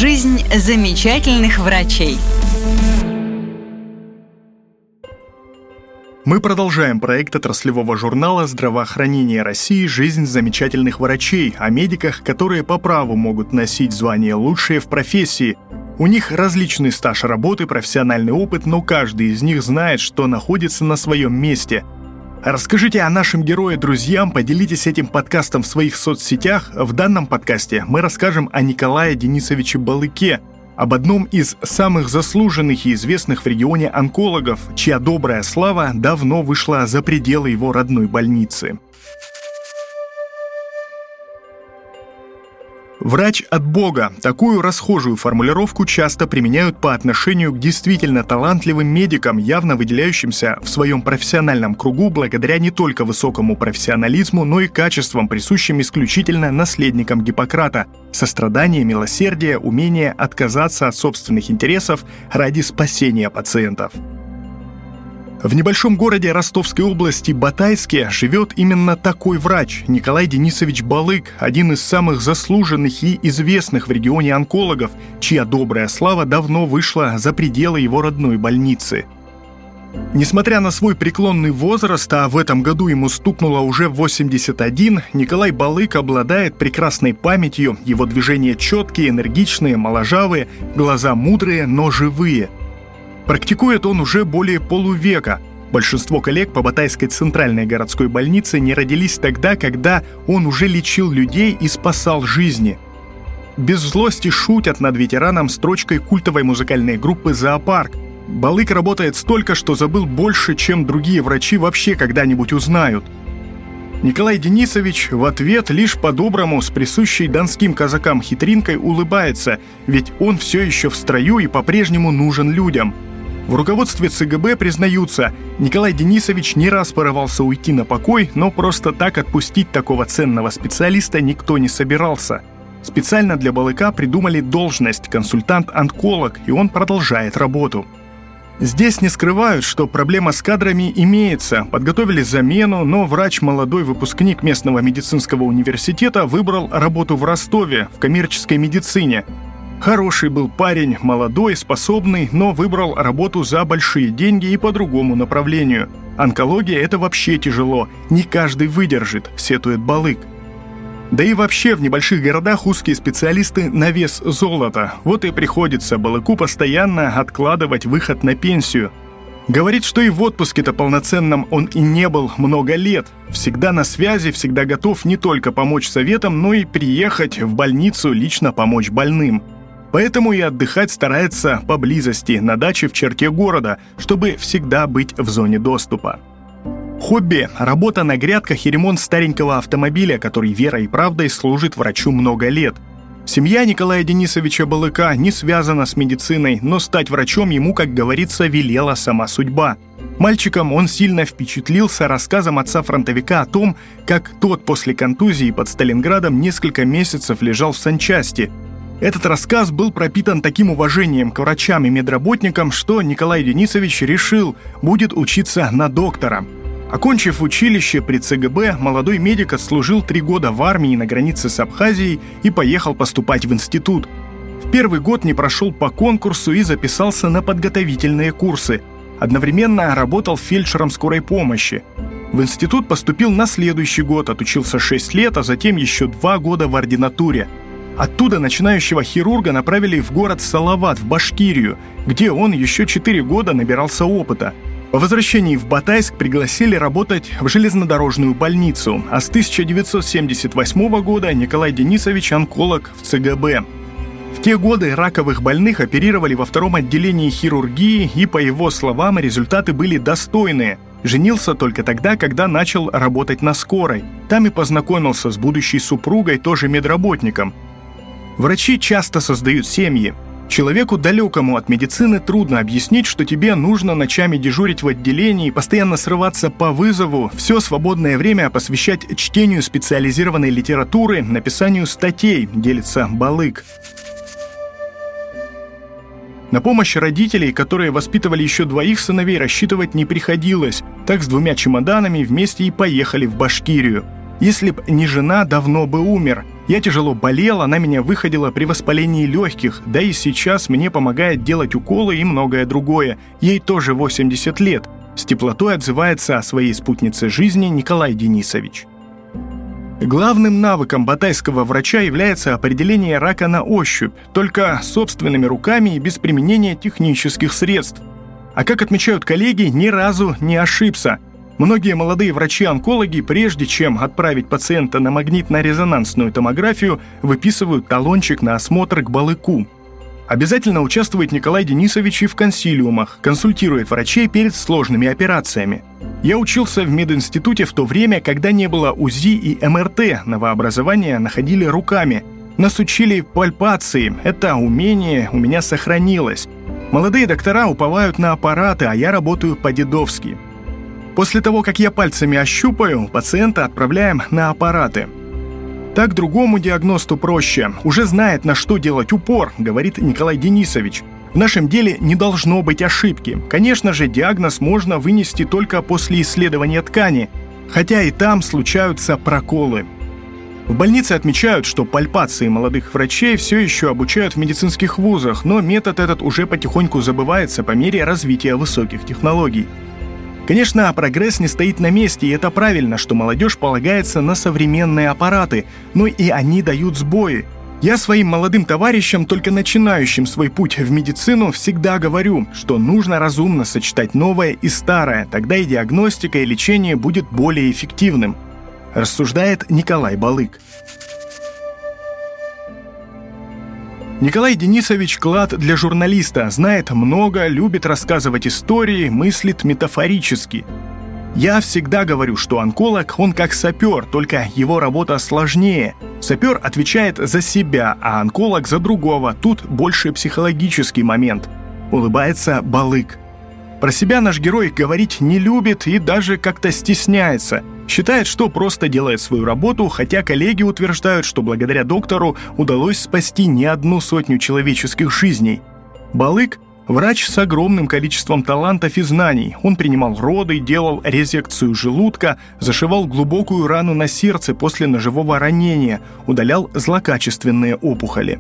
Жизнь замечательных врачей. Мы продолжаем проект отраслевого журнала «Здравоохранение России. Жизнь замечательных врачей» о медиках, которые по праву могут носить звание «лучшие в профессии». У них различный стаж работы, профессиональный опыт, но каждый из них знает, что находится на своем месте. Расскажите о нашем герое друзьям, поделитесь этим подкастом в своих соцсетях. В данном подкасте мы расскажем о Николае Денисовиче Балыке, об одном из самых заслуженных и известных в регионе онкологов, чья добрая слава давно вышла за пределы его родной больницы. Врач от Бога. Такую расхожую формулировку часто применяют по отношению к действительно талантливым медикам, явно выделяющимся в своем профессиональном кругу благодаря не только высокому профессионализму, но и качествам, присущим исключительно наследникам Гиппократа: сострадание, милосердие, умение отказаться от собственных интересов ради спасения пациентов. В небольшом городе Ростовской области Батайске живет именно такой врач – Николай Денисович Балык, один из самых заслуженных и известных в регионе онкологов, чья добрая слава давно вышла за пределы его родной больницы. Несмотря на свой преклонный возраст, а в этом году ему стукнуло уже 81, Николай Балык обладает прекрасной памятью, его движения четкие, энергичные, моложавые, глаза мудрые, но живые. Практикует он уже более полувека. Большинство коллег по Батайской центральной городской больнице не родились тогда, когда он уже лечил людей и спасал жизни. Без злости шутят над ветераном строчкой культовой музыкальной группы «Зоопарк». Балык работает столько, что забыл больше, чем другие врачи вообще когда-нибудь узнают. Николай Денисович в ответ лишь по-доброму, с присущей донским казакам хитринкой, улыбается, ведь он все еще в строю и по-прежнему нужен людям. В руководстве ЦГБ признаются, Николай Денисович не раз порывался уйти на покой, но просто так отпустить такого ценного специалиста никто не собирался. Специально для Балыка придумали должность консультант-онколог, и он продолжает работу. Здесь не скрывают, что проблема с кадрами имеется. Подготовили замену, но врач-молодой выпускник местного медицинского университета выбрал работу в Ростове, в коммерческой медицине. Хороший был парень, молодой, способный, но выбрал работу за большие деньги и по другому направлению. Онкология – это вообще тяжело, не каждый выдержит, сетует Балык. Да и вообще в небольших городах узкие специалисты на вес золота. Вот и приходится Балыку постоянно откладывать выход на пенсию. Говорит, что и в отпуске-то полноценном он и не был много лет. Всегда на связи, всегда готов не только помочь советам, но и приехать в больницу лично помочь больным. Поэтому и отдыхать старается поблизости, на даче в черте города, чтобы всегда быть в зоне доступа. Хобби – работа на грядках и ремонт старенького автомобиля, который верой и правдой служит врачу много лет. Семья Николая Денисовича Балыка не связана с медициной, но стать врачом ему, как говорится, велела сама судьба. Мальчиком он сильно впечатлился рассказом отца-фронтовика о том, как тот после контузии под Сталинградом несколько месяцев лежал в санчасти. Этот рассказ был пропитан таким уважением к врачам и медработникам, что Николай Денисович решил, будет учиться на доктора. Окончив училище при ЦГБ, молодой медик отслужил 3 года в армии на границе с Абхазией и поехал поступать в институт. В первый год не прошел по конкурсу и записался на подготовительные курсы. Одновременно работал фельдшером скорой помощи. В институт поступил на следующий год, отучился 6 лет, а затем еще 2 года в ординатуре. Оттуда начинающего хирурга направили в город Салават, в Башкирию, где он еще 4 года набирался опыта. По возвращении в Батайск пригласили работать в железнодорожную больницу, а с 1978 года Николай Денисович – онколог в ЦГБ. В те годы раковых больных оперировали во 2-м отделении хирургии, и, по его словам, результаты были достойные. Женился только тогда, когда начал работать на скорой. Там и познакомился с будущей супругой, тоже медработником. Врачи часто создают семьи. Человеку, далекому от медицины, трудно объяснить, что тебе нужно ночами дежурить в отделении, постоянно срываться по вызову, все свободное время посвящать чтению специализированной литературы, написанию статей, делится Балык. На помощь родителей, которые воспитывали еще 2 сыновей, рассчитывать не приходилось. Так с 2 чемоданами вместе и поехали в Башкирию. Если б не жена, давно бы умер. Я тяжело болел, она меня выходила при воспалении легких, да и сейчас мне помогает делать уколы и многое другое. Ей тоже 80 лет. С теплотой отзывается о своей спутнице жизни Николай Денисович. Главным навыком батайского врача является определение рака на ощупь, только собственными руками и без применения технических средств. А как отмечают коллеги, ни разу не ошибся. Многие молодые врачи-онкологи, прежде чем отправить пациента на магнитно-резонансную томографию, выписывают талончик на осмотр к Балыку. Обязательно участвует Николай Денисович и в консилиумах, консультирует врачей перед сложными операциями. Я учился в мединституте в то время, когда не было УЗИ и МРТ, новообразование находили руками. Нас учили пальпации, это умение у меня сохранилось. Молодые доктора уповают на аппараты, а я работаю по-дедовски. После того, как я пальцами ощупаю, пациента отправляем на аппараты. Так другому диагносту проще. Уже знает, на что делать упор, говорит Николай Денисович. В нашем деле не должно быть ошибки. Конечно же, диагноз можно вынести только после исследования ткани, хотя и там случаются проколы. В больнице отмечают, что пальпации молодых врачей все еще обучают в медицинских вузах, но метод этот уже потихоньку забывается по мере развития высоких технологий. Конечно, прогресс не стоит на месте, и это правильно, что молодежь полагается на современные аппараты, но и они дают сбои. Я своим молодым товарищам, только начинающим свой путь в медицину, всегда говорю, что нужно разумно сочетать новое и старое, тогда и диагностика, и лечение будет более эффективным, рассуждает Николай Балык. Николай Денисович – клад для журналиста, знает много, любит рассказывать истории, мыслит метафорически. Я всегда говорю, что онколог, он как сапер, только его работа сложнее. Сапер отвечает за себя, а онколог за другого, тут больше психологический момент. Улыбается Балык. Про себя наш герой говорить не любит и даже как-то стесняется. Считает, что просто делает свою работу, хотя коллеги утверждают, что благодаря доктору удалось спасти не одну сотню человеческих жизней. Балык – врач с огромным количеством талантов и знаний. Он принимал роды, делал резекцию желудка, зашивал глубокую рану на сердце после ножевого ранения, удалял злокачественные опухоли.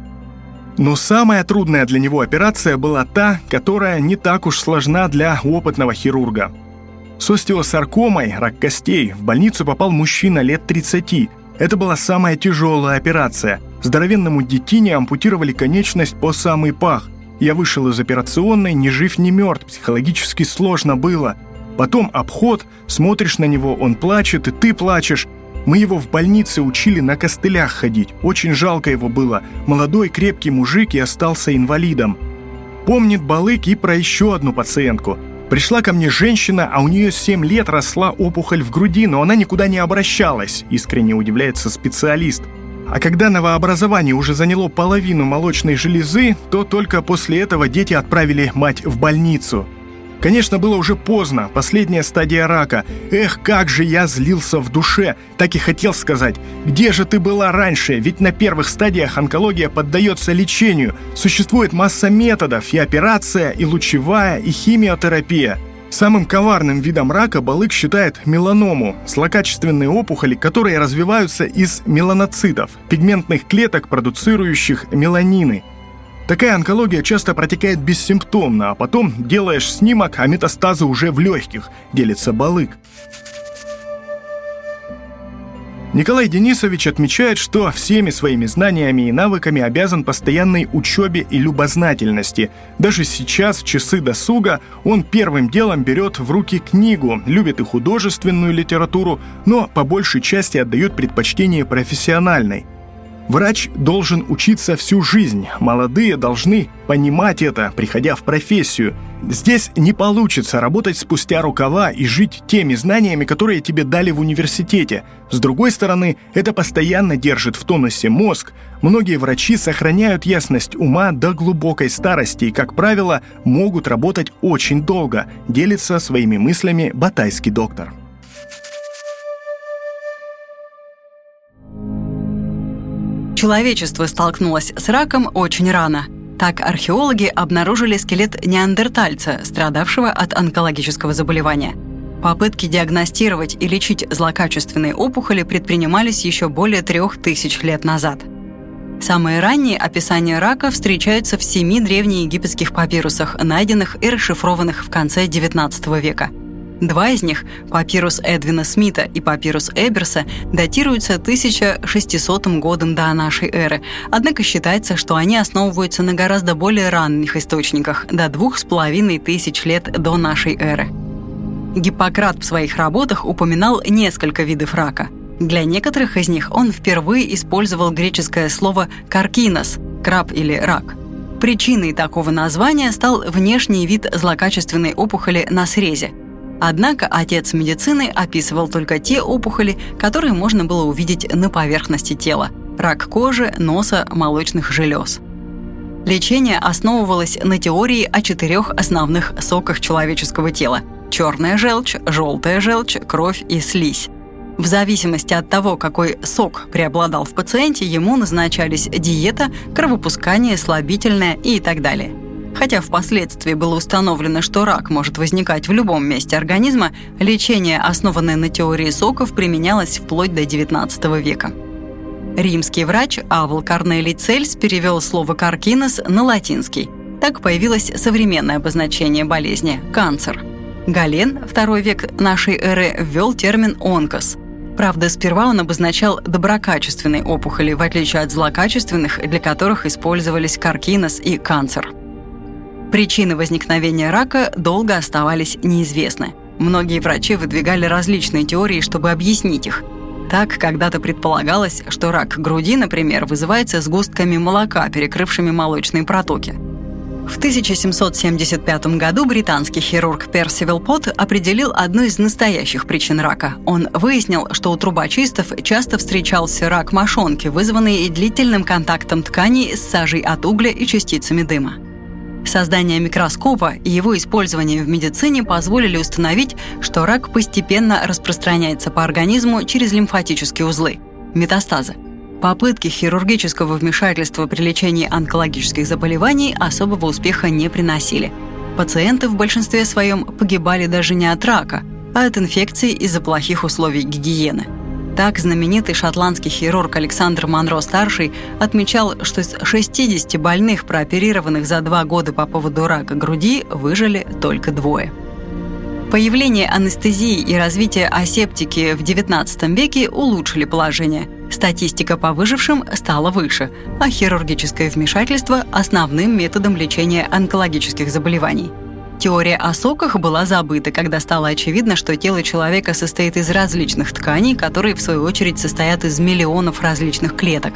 Но самая трудная для него операция была та, которая не так уж сложна для опытного хирурга. С остеосаркомой, рак костей, в больницу попал мужчина лет 30. Это была самая тяжелая операция. Здоровенному детине ампутировали конечность по самый пах. Я вышел из операционной ни жив, ни мертв, психологически сложно было. Потом обход, смотришь на него, он плачет, и ты плачешь. Мы его в больнице учили на костылях ходить. Очень жалко его было. Молодой крепкий мужик и остался инвалидом. Помнит Балык и про еще одну пациентку. Пришла ко мне женщина, а у нее 7 лет росла опухоль в груди, но она никуда не обращалась, искренне удивляется специалист. А когда новообразование уже заняло половину молочной железы, то только после этого дети отправили мать в больницу. Конечно, было уже поздно, последняя стадия рака. Эх, как же я злился в душе, так и хотел сказать. Где же ты была раньше? Ведь на первых стадиях онкология поддается лечению. Существует масса методов, и операция, и лучевая, и химиотерапия. Самым коварным видом рака Балык считает меланому – злокачественные опухоли, которые развиваются из меланоцитов, пигментных клеток, продуцирующих меланины. Такая онкология часто протекает бессимптомно, а потом делаешь снимок, а метастазы уже в легких, делится Балык. Николай Денисович отмечает, что всеми своими знаниями и навыками обязан постоянной учебе и любознательности. Даже сейчас, в часы досуга, он первым делом берет в руки книгу, любит и художественную литературу, но по большей части отдает предпочтение профессиональной. Врач должен учиться всю жизнь. Молодые должны понимать это, приходя в профессию. Здесь не получится работать спустя рукава и жить теми знаниями, которые тебе дали в университете. С другой стороны, это постоянно держит в тонусе мозг. Многие врачи сохраняют ясность ума до глубокой старости и, как правило, могут работать очень долго, делится своими мыслями батайский доктор. Человечество столкнулось с раком очень рано. Так археологи обнаружили скелет неандертальца, страдавшего от онкологического заболевания. Попытки диагностировать и лечить злокачественные опухоли предпринимались еще более 3000 лет назад. Самые ранние описания рака встречаются в 7 древнеегипетских папирусах, найденных и расшифрованных в конце XIX века. 2 из них, папирус Эдвина Смита и папирус Эберса, датируются 1600 годом до нашей эры, однако считается, что они основываются на гораздо более ранних источниках, до 2500 лет до нашей эры. Гиппократ в своих работах упоминал несколько видов рака. Для некоторых из них он впервые использовал греческое слово «каркинос» – краб или рак. Причиной такого названия стал внешний вид злокачественной опухоли на срезе. Однако отец медицины описывал только те опухоли, которые можно было увидеть на поверхности тела – рак кожи, носа, молочных желез. Лечение основывалось на теории о 4 основных соках человеческого тела – черная желчь, желтая желчь, кровь и слизь. В зависимости от того, какой сок преобладал в пациенте, ему назначались диета, кровопускание, слабительное и так далее. Хотя впоследствии было установлено, что рак может возникать в любом месте организма, лечение, основанное на теории соков, применялось вплоть до XIX века. Римский врач Авл Корнелий Цельс перевел слово «каркинос» на латинский. Так появилось современное обозначение болезни – канцер. Гален, II век нашей эры, ввел термин «онкос». Правда, сперва он обозначал доброкачественные опухоли, в отличие от злокачественных, для которых использовались каркинос и канцер. Причины возникновения рака долго оставались неизвестны. Многие врачи выдвигали различные теории, чтобы объяснить их. Так, когда-то предполагалось, что рак груди, например, вызывается сгустками молока, перекрывшими молочные протоки. В 1775 году британский хирург Персивал Пот определил одну из настоящих причин рака. Он выяснил, что у трубочистов часто встречался рак мошонки, вызванный длительным контактом тканей с сажей от угля и частицами дыма. Создание микроскопа и его использование в медицине позволили установить, что рак постепенно распространяется по организму через лимфатические узлы – метастазы. Попытки хирургического вмешательства при лечении онкологических заболеваний особого успеха не приносили. Пациенты в большинстве своем погибали даже не от рака, а от инфекций из-за плохих условий гигиены. Так, знаменитый шотландский хирург Александр Монро-старший отмечал, что из 60 больных, прооперированных за 2 года по поводу рака груди, выжили только 2. Появление анестезии и развитие асептики в XIX веке улучшили положение. Статистика по выжившим стала выше, а хирургическое вмешательство – основным методом лечения онкологических заболеваний. Теория о соках была забыта, когда стало очевидно, что тело человека состоит из различных тканей, которые, в свою очередь, состоят из миллионов различных клеток.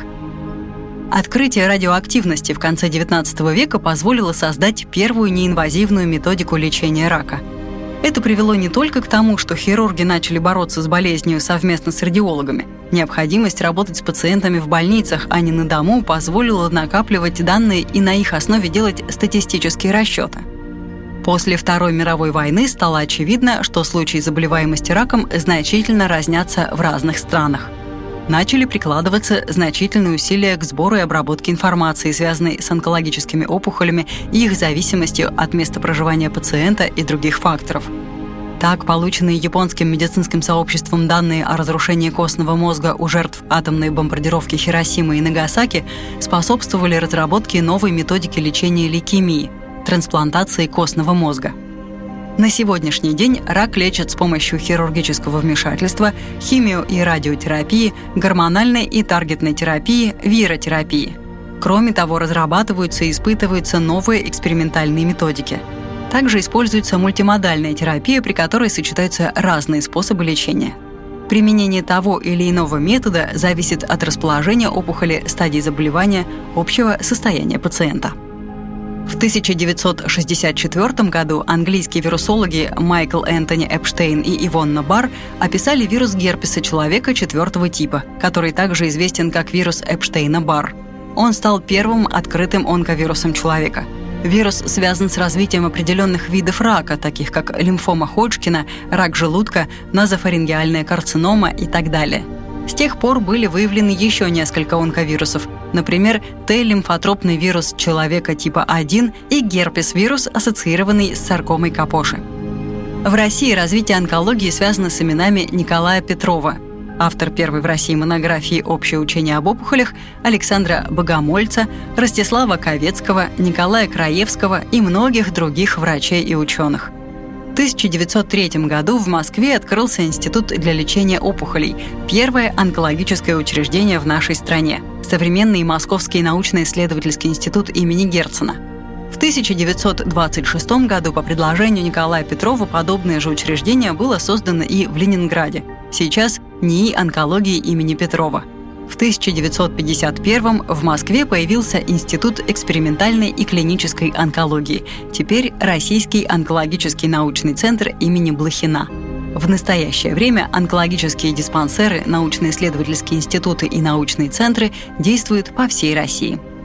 Открытие радиоактивности в конце XIX века позволило создать первую неинвазивную методику лечения рака. Это привело не только к тому, что хирурги начали бороться с болезнью совместно с радиологами. Необходимость работать с пациентами в больницах, а не на дому, позволила накапливать данные и на их основе делать статистические расчеты. После Второй мировой войны стало очевидно, что случаи заболеваемости раком значительно разнятся в разных странах. Начали прикладываться значительные усилия к сбору и обработке информации, связанной с онкологическими опухолями и их зависимостью от места проживания пациента и других факторов. Так, полученные японским медицинским сообществом данные о разрушении костного мозга у жертв атомной бомбардировки Хиросимы и Нагасаки способствовали разработке новой методики лечения лейкемии – трансплантации костного мозга. На сегодняшний день рак лечат с помощью хирургического вмешательства, химио- и радиотерапии, гормональной и таргетной терапии, виротерапии. Кроме того, разрабатываются и испытываются новые экспериментальные методики. Также используется мультимодальная терапия, при которой сочетаются разные способы лечения. Применение того или иного метода зависит от расположения опухоли, стадии заболевания, общего состояния пациента. В 1964 году английские вирусологи Майкл Энтони Эпштейн и Ивонна Барр описали вирус герпеса человека 4-го типа, который также известен как вирус Эпштейна-Барр. Он стал первым открытым онковирусом человека. Вирус связан с развитием определенных видов рака, таких как лимфома Ходжкина, рак желудка, назофарингеальная карцинома и так далее. С тех пор были выявлены еще несколько онковирусов, например, Т-лимфотропный вирус человека типа 1 и герпес-вирус, ассоциированный с саркомой Капоши. В России развитие онкологии связано с именами Николая Петрова, автор первой в России монографии «Общее учение об опухолях», Александра Богомольца, Ростислава Ковецкого, Николая Краевского и многих других врачей и ученых. В 1903 году в Москве открылся Институт для лечения опухолей, первое онкологическое учреждение в нашей стране, современный Московский научно-исследовательский институт имени Герцена. В 1926 году по предложению Николая Петрова подобное же учреждение было создано и в Ленинграде, сейчас НИИ онкологии имени Петрова. В 1951 в Москве появился Институт экспериментальной и клинической онкологии, теперь Российский онкологический научный центр имени Блохина. В настоящее время онкологические диспансеры, научно-исследовательские институты и научные центры действуют по всей России.